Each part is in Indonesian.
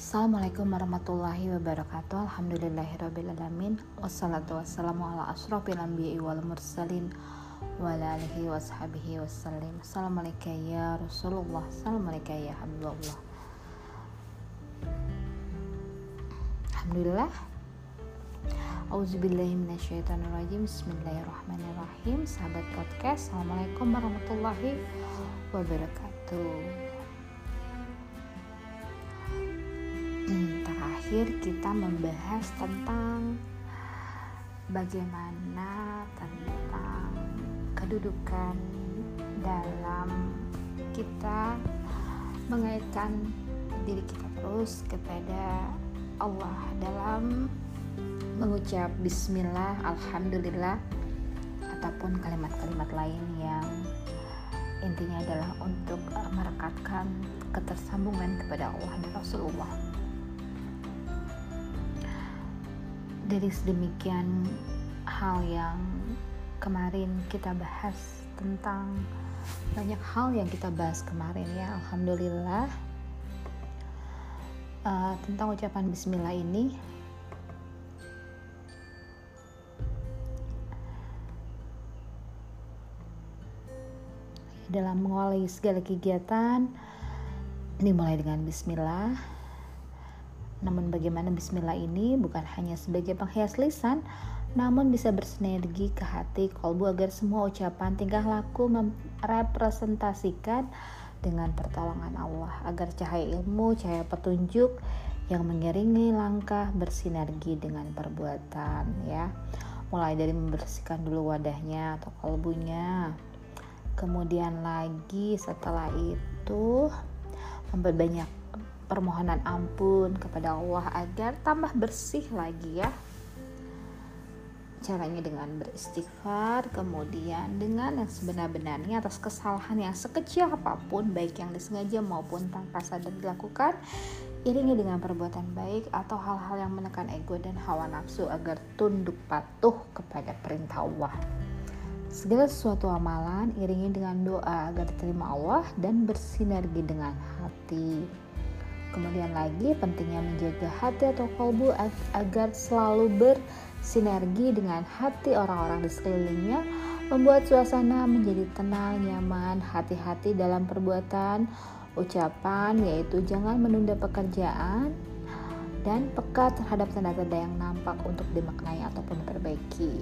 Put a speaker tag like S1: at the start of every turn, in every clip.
S1: Assalamualaikum warahmatullahi wabarakatuh. Alhamdulillahirrabbilalamin. Wassalatu wassalamu ala ashrafil anbiya'i wal mursalin wa ala alihi wa sahbihi wassalim. Assalamualaikum ya Rasulullah. Assalamualaikum ya Habibullah. Alhamdulillah. Auzubillahi minasyaitonirrajim. Bismillahirrahmanirrahim. Sahabat podcast, Assalamualaikum warahmatullahi wabarakatuh. Terakhir kita membahas tentang bagaimana tentang kedudukan dalam kita mengaitkan diri kita terus kepada Allah dalam mengucap bismillah, alhamdulillah, ataupun kalimat-kalimat lain yang intinya adalah untuk merekatkan ketersambungan kepada Allah dan Rasulullah. Dari sedemikian hal yang kemarin kita bahas, tentang banyak hal yang kita bahas kemarin ya, alhamdulillah, tentang ucapan bismillah ini dalam mengawali segala kegiatan dimulai dengan bismillah. Namun bagaimana bismillah ini bukan hanya sebagai penghias lisan, namun bisa bersinergi ke hati kolbu agar semua ucapan tingkah laku merepresentasikan dengan pertolongan Allah, agar cahaya ilmu, cahaya petunjuk yang mengiringi langkah bersinergi dengan perbuatan ya. Mulai dari membersihkan dulu wadahnya atau kolbunya. Kemudian lagi setelah itu memperbanyak permohonan ampun kepada Allah agar tambah bersih lagi ya. Caranya dengan beristighfar, kemudian dengan yang sebenar-benarnya atas kesalahan yang sekecil apapun, baik yang disengaja maupun tanpa sadar dilakukan, iringi dengan perbuatan baik atau hal-hal yang menekan ego dan hawa nafsu agar tunduk patuh kepada perintah Allah. Segala sesuatu amalan iringi dengan doa agar diterima Allah dan bersinergi dengan hati. Kemudian lagi pentingnya menjaga hati atau kolbu agar selalu bersinergi dengan hati orang-orang di sekelilingnya, membuat suasana menjadi tenang, nyaman, hati-hati dalam perbuatan, ucapan, yaitu jangan menunda pekerjaan dan peka terhadap tanda-tanda yang nampak untuk dimaknai ataupun diperbaiki.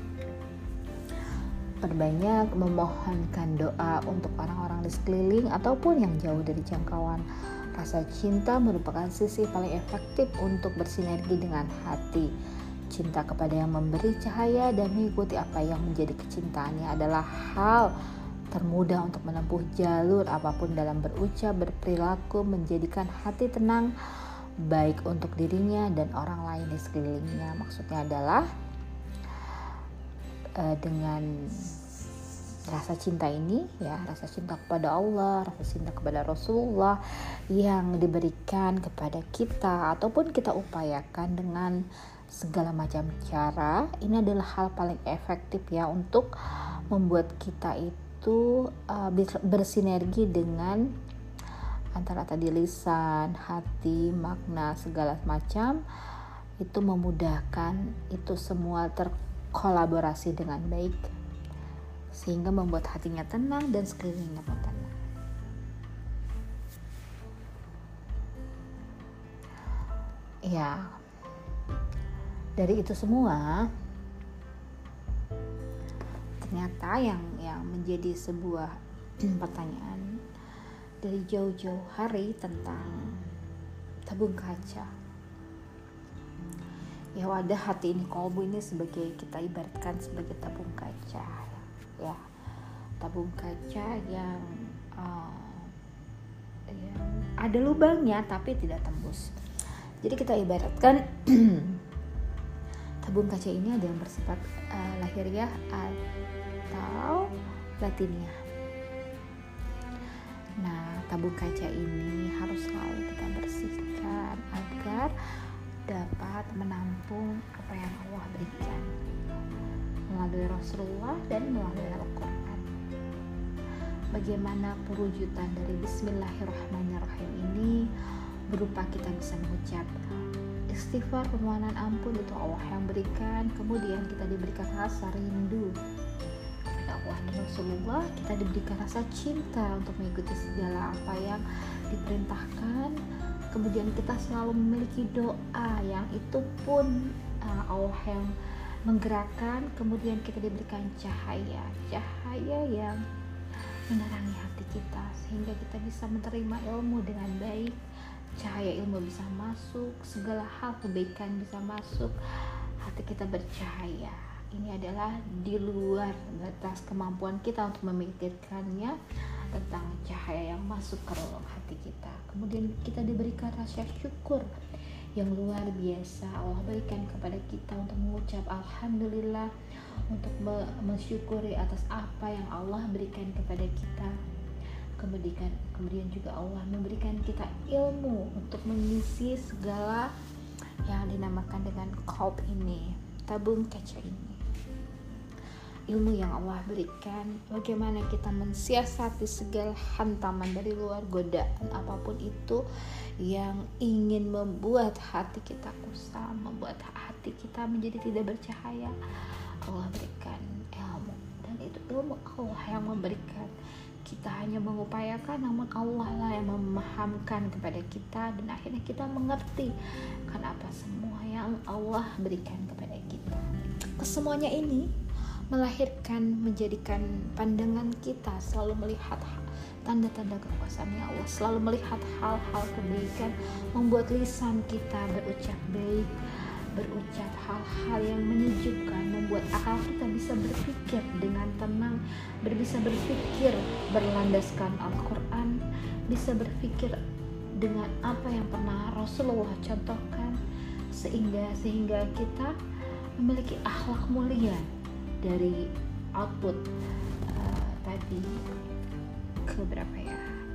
S1: Perbanyak memohonkan doa untuk orang-orang di sekeliling ataupun yang jauh dari jangkauan. Rasa cinta merupakan sisi paling efektif untuk bersinergi dengan hati. Cinta kepada yang memberi cahaya dan mengikuti apa yang menjadi kecintaannya adalah hal termudah untuk menempuh jalur apapun dalam berucap, berperilaku, menjadikan hati tenang, baik untuk dirinya dan orang lain di sekelilingnya. Maksudnya adalah dengan rasa cinta ini ya, rasa cinta kepada Allah, rasa cinta kepada Rasulullah yang diberikan kepada kita ataupun kita upayakan dengan segala macam cara, ini adalah hal paling efektif ya untuk membuat kita itu bersinergi dengan antara tadi lisan, hati, makna, segala macam, itu memudahkan itu semua terkolaborasi dengan baik, sehingga membuat hatinya tenang dan sekelilingnya pun tenang. Ya, dari itu semua ternyata yang menjadi sebuah pertanyaan dari jauh-jauh hari tentang tabung kaca. Ya, wadah hati ini, kolbu ini sebagai, kita ibaratkan sebagai tabung kaca ya, tabung kaca yang ada lubangnya tapi tidak tembus. Jadi kita ibaratkan tabung kaca ini ada yang bersifat lahiriah atau batiniah. Nah, tabung kaca ini harus selalu kita bersihkan agar dapat menampung apa yang Allah berikan melalui Rasulullah dan melalui Al-Quran. Bagaimana perwujudan dari Bismillahirrahmanirrahim ini berupa kita bisa mengucap istighfar, permohonan ampun, itu Allah yang berikan. Kemudian kita diberikan rasa rindu kepada Allah dan Rasulullah, kita diberikan rasa cinta untuk mengikuti segala apa yang diperintahkan. Kemudian kita selalu memiliki doa yang itu pun Allah yang menggerakkan. Kemudian kita diberikan cahaya yang menerangi hati kita sehingga kita bisa menerima ilmu dengan baik. Cahaya ilmu bisa masuk, segala hal kebaikan bisa masuk, hati kita bercahaya. Ini adalah di luar batas kemampuan kita untuk memikirkannya, tentang cahaya yang masuk ke relung hati kita. Kemudian kita diberikan rasa syukur yang luar biasa Allah berikan kepada kita untuk mengucap alhamdulillah, untuk mensyukuri atas apa yang Allah berikan kepada kita. Kemudian juga Allah memberikan kita ilmu untuk mengisi segala yang dinamakan dengan qalb ini, tabung kaca ini. Ilmu yang Allah berikan, bagaimana kita mensiasati segala hantaman dari luar, godaan apapun itu yang ingin membuat hati kita kusam, membuat hati kita menjadi tidak bercahaya. Allah berikan ilmu, dan itu ilmu Allah yang memberikan. Kita hanya mengupayakan, namun Allah lah yang memahamkan kepada kita, dan akhirnya kita mengerti kenapa semua yang Allah berikan kepada kita. Kesemuanya ini melahirkan, menjadikan pandangan kita selalu melihat tanda-tanda kekuasaannya Allah, selalu melihat hal-hal kebaikan, membuat lisan kita berucap baik, berucap hal-hal yang menyejukkan, membuat akal kita bisa berpikir dengan tenang, bisa berpikir berlandaskan Al-Quran, bisa berpikir dengan apa yang pernah Rasulullah contohkan, sehingga kita memiliki akhlak mulia. Dari output tadi ke berapa ya?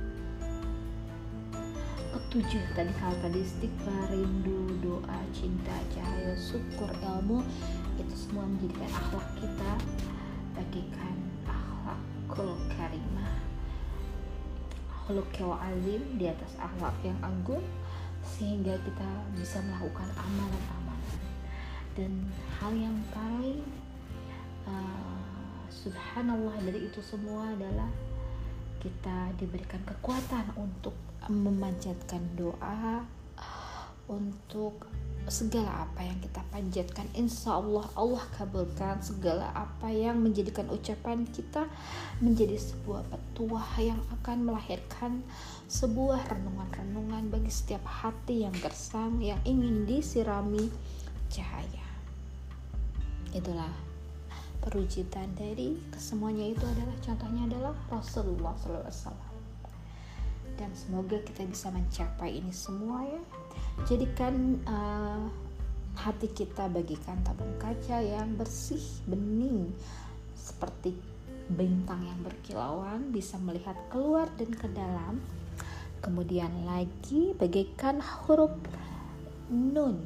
S1: Ketujuh tadi, hal tadi istighfar, rindu, doa, cinta, cahaya, syukur, ilmu, itu semua menjadikan akhlak kita bagikan akhlakul karimah, khuluqul azim, di atas akhlak yang agung, sehingga kita bisa melakukan amalan-amalan. Dan hal yang paling subhanallah dari itu semua adalah kita diberikan kekuatan untuk memanjatkan doa, untuk segala apa yang kita panjatkan, insya Allah Allah kabulkan. Segala apa yang menjadikan ucapan kita menjadi sebuah petuah yang akan melahirkan sebuah renungan-renungan bagi setiap hati yang gersang, yang ingin disirami cahaya. Itulah perwujudan dari kesemuanya. Itu adalah contohnya adalah Rasulullah SAW. Dan semoga kita bisa mencapai ini semua ya. Jadikan hati kita bagikan tabung kaca yang bersih, bening, seperti bintang yang berkilauan, bisa melihat keluar dan ke dalam. Kemudian lagi bagaikan huruf nun,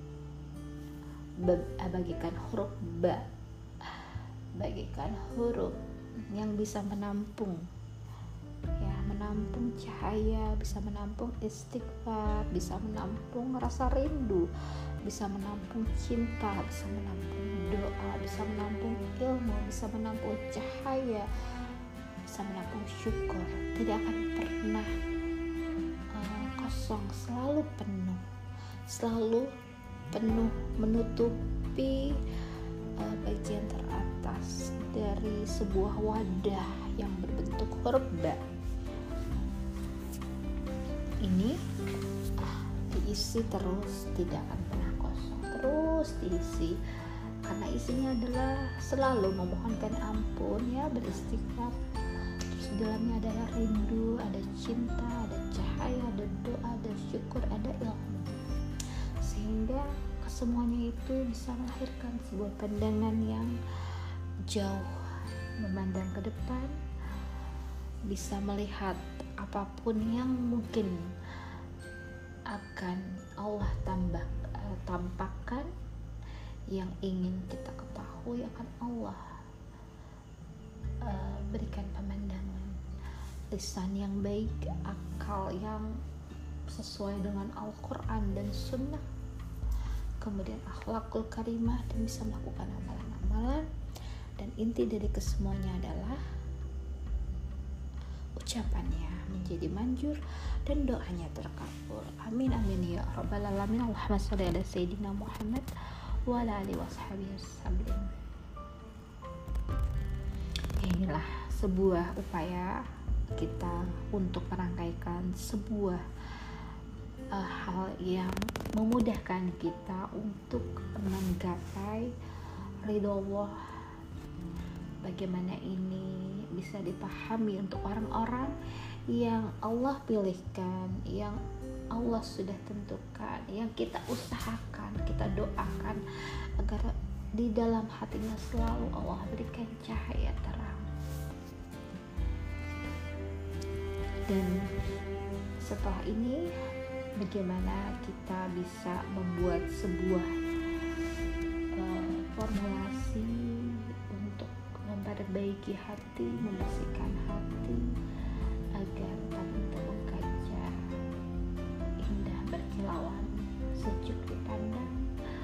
S1: bagaikan huruf ba, bagaikan huruf yang bisa menampung cahaya, bisa menampung istighfar, bisa menampung rasa rindu, bisa menampung cinta, bisa menampung doa, bisa menampung ilmu, bisa menampung cahaya, bisa menampung syukur. Tidak akan pernah kosong, selalu penuh menutupi bagian teratas dari sebuah wadah yang berbentuk huruf ba. Ini diisi terus, tidak akan pernah kosong, terus diisi, karena isinya adalah selalu memohonkan ampun ya, beristighfar. Terus di dalamnya adalah rindu, ada cinta, ada cahaya, ada doa, ada syukur, ada ilmu, sehingga kesemuanya itu bisa melahirkan sebuah pandangan yang jauh, memandang ke depan, bisa melihat apapun yang mungkin akan Allah tampakkan, yang ingin kita ketahui akan Allah berikan pemandangan, lisan yang baik, akal yang sesuai dengan Al-Quran dan Sunnah, kemudian akhlakul karimah, dan bisa melakukan amalan-amalan. Dan inti dari kesemuanya adalah ucapannya menjadi manjur dan doanya terkabul. Amin amin ya rabbal alamin. Allahumma sholli ala sayyidina Muhammad wa ala alihi washabihi wasallam. Inilah sebuah upaya kita untuk merangkaikan sebuah hal yang memudahkan kita untuk menggapai ridho Allah. Bagaimana ini bisa dipahami untuk orang-orang yang Allah pilihkan, yang Allah sudah tentukan, yang kita usahakan, kita doakan agar di dalam hatinya selalu Allah berikan cahaya terang. Dan setelah ini, bagaimana kita bisa membuat sebuah formulasi untuk memperbaiki hati, membersihkan hati agar tabung-tabung kaca indah berkilauan, sejuk dipandang,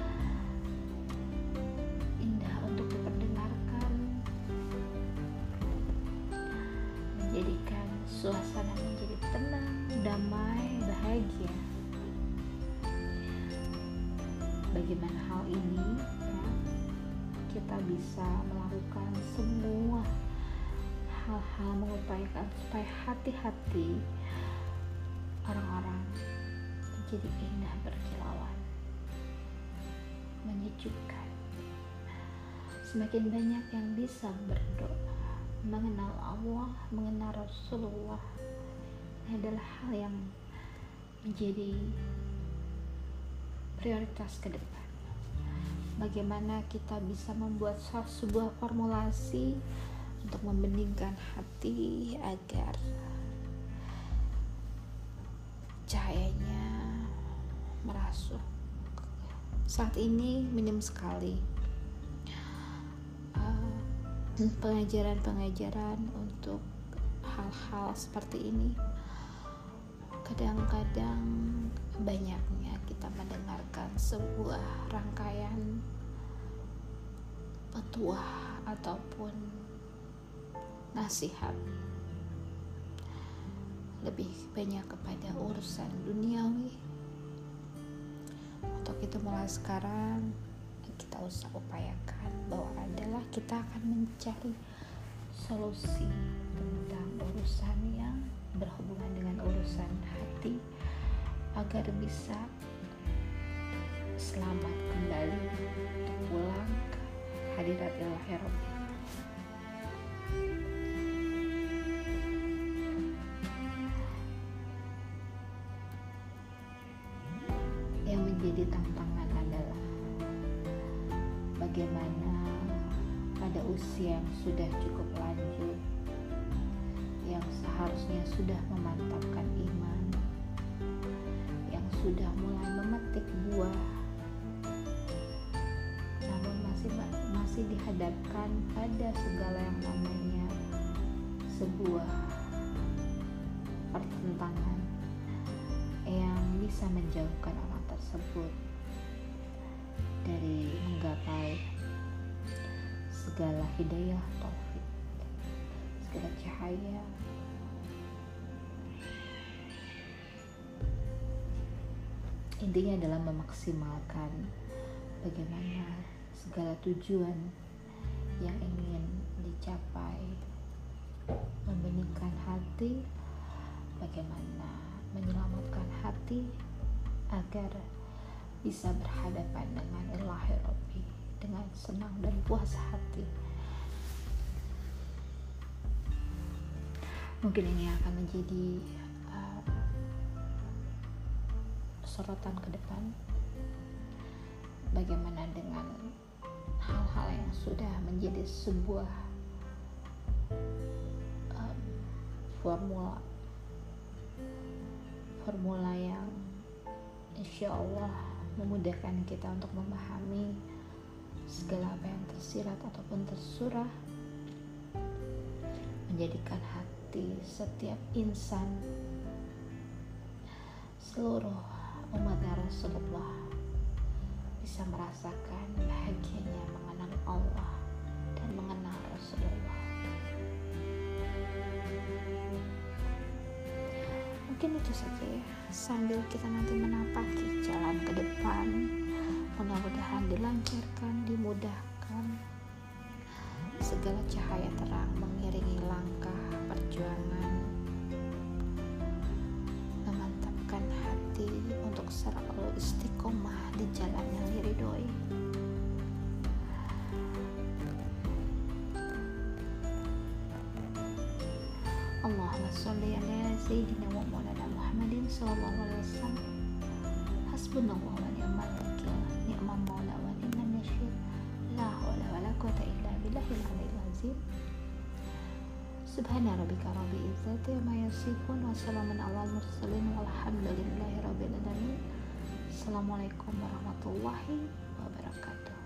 S1: indah untuk diperdengarkan, menjadikan suasana menjadi tenang, damai, bahagia. Bagaimana hal ini ya, kita bisa melakukan semua hal-hal mengupayakan supaya hati-hati orang-orang menjadi indah berkilauan, menyejukkan. Semakin banyak yang bisa berdoa, mengenal Allah, mengenal Rasulullah, ini adalah hal yang menjadi prioritas ke depan. Bagaimana kita bisa membuat sebuah formulasi untuk membeningkan hati agar cahayanya merasuk. Saat ini minim sekali pengajaran-pengajaran untuk hal-hal seperti ini. Kadang-kadang banyaknya kita mendengarkan sebuah rangkaian petuah ataupun nasihat lebih banyak kepada urusan duniawi. Untuk itu mulai sekarang kita usah upayakan bahwa adalah kita akan mencari solusi tentang urusan yang berhubungan dengan urusan hati agar bisa selamat kembali untuk pulang ke hadirat ilahi Rabbi. Yang menjadi tantangan adalah bagaimana pada usia yang sudah cukup lanjut, yang seharusnya sudah memantapkan iman, yang sudah mulai memetik buah, namun masih dihadapkan pada segala yang namanya sebuah pertentangan yang bisa menjauhkan orang tersebut dari menggapai segala hidayah, taufik, segala cahaya. Intinya adalah memaksimalkan bagaimana segala tujuan yang ingin dicapai, membeningkan hati, bagaimana menyelamatkan hati agar bisa berhadapan dengan ilahi Rabbi dengan senang dan puas hati. Mungkin ini akan menjadi sorotan ke depan. Bagaimana dengan hal-hal yang sudah menjadi sebuah formula yang insya Allah memudahkan kita untuk memahami segala apa yang tersirat ataupun tersurah, menjadikan hati setiap insan seluruh umatnya Rasulullah bisa merasakan bahagianya mengenal Allah dan mengenal Rasulullah. Mungkin itu saja ya, sambil kita nanti menapaki jalan ke depan, mudah-mudahan dilancarkan, dimudahkan, segala cahaya terang mengiringi langkah perjuangan, memantapkan hati untuk selalu istiqomah di jalan yang diridhoi. Allahumma sholli ala sayyidina wa maulana Muhammadin sallallahu alaihi wasallam. Hasbunallahu wa ni'mal wakil, ni'mal maula wa ni'man nasir. La haula wa la quwwata illa billahil aliyyil azim. Subhana rabbika rabbil izzati amma yasifun wa salamun alal mursalin walhamdulillahi rabbil alamin. Assalamualaikum warahmatullahi wabarakatuh.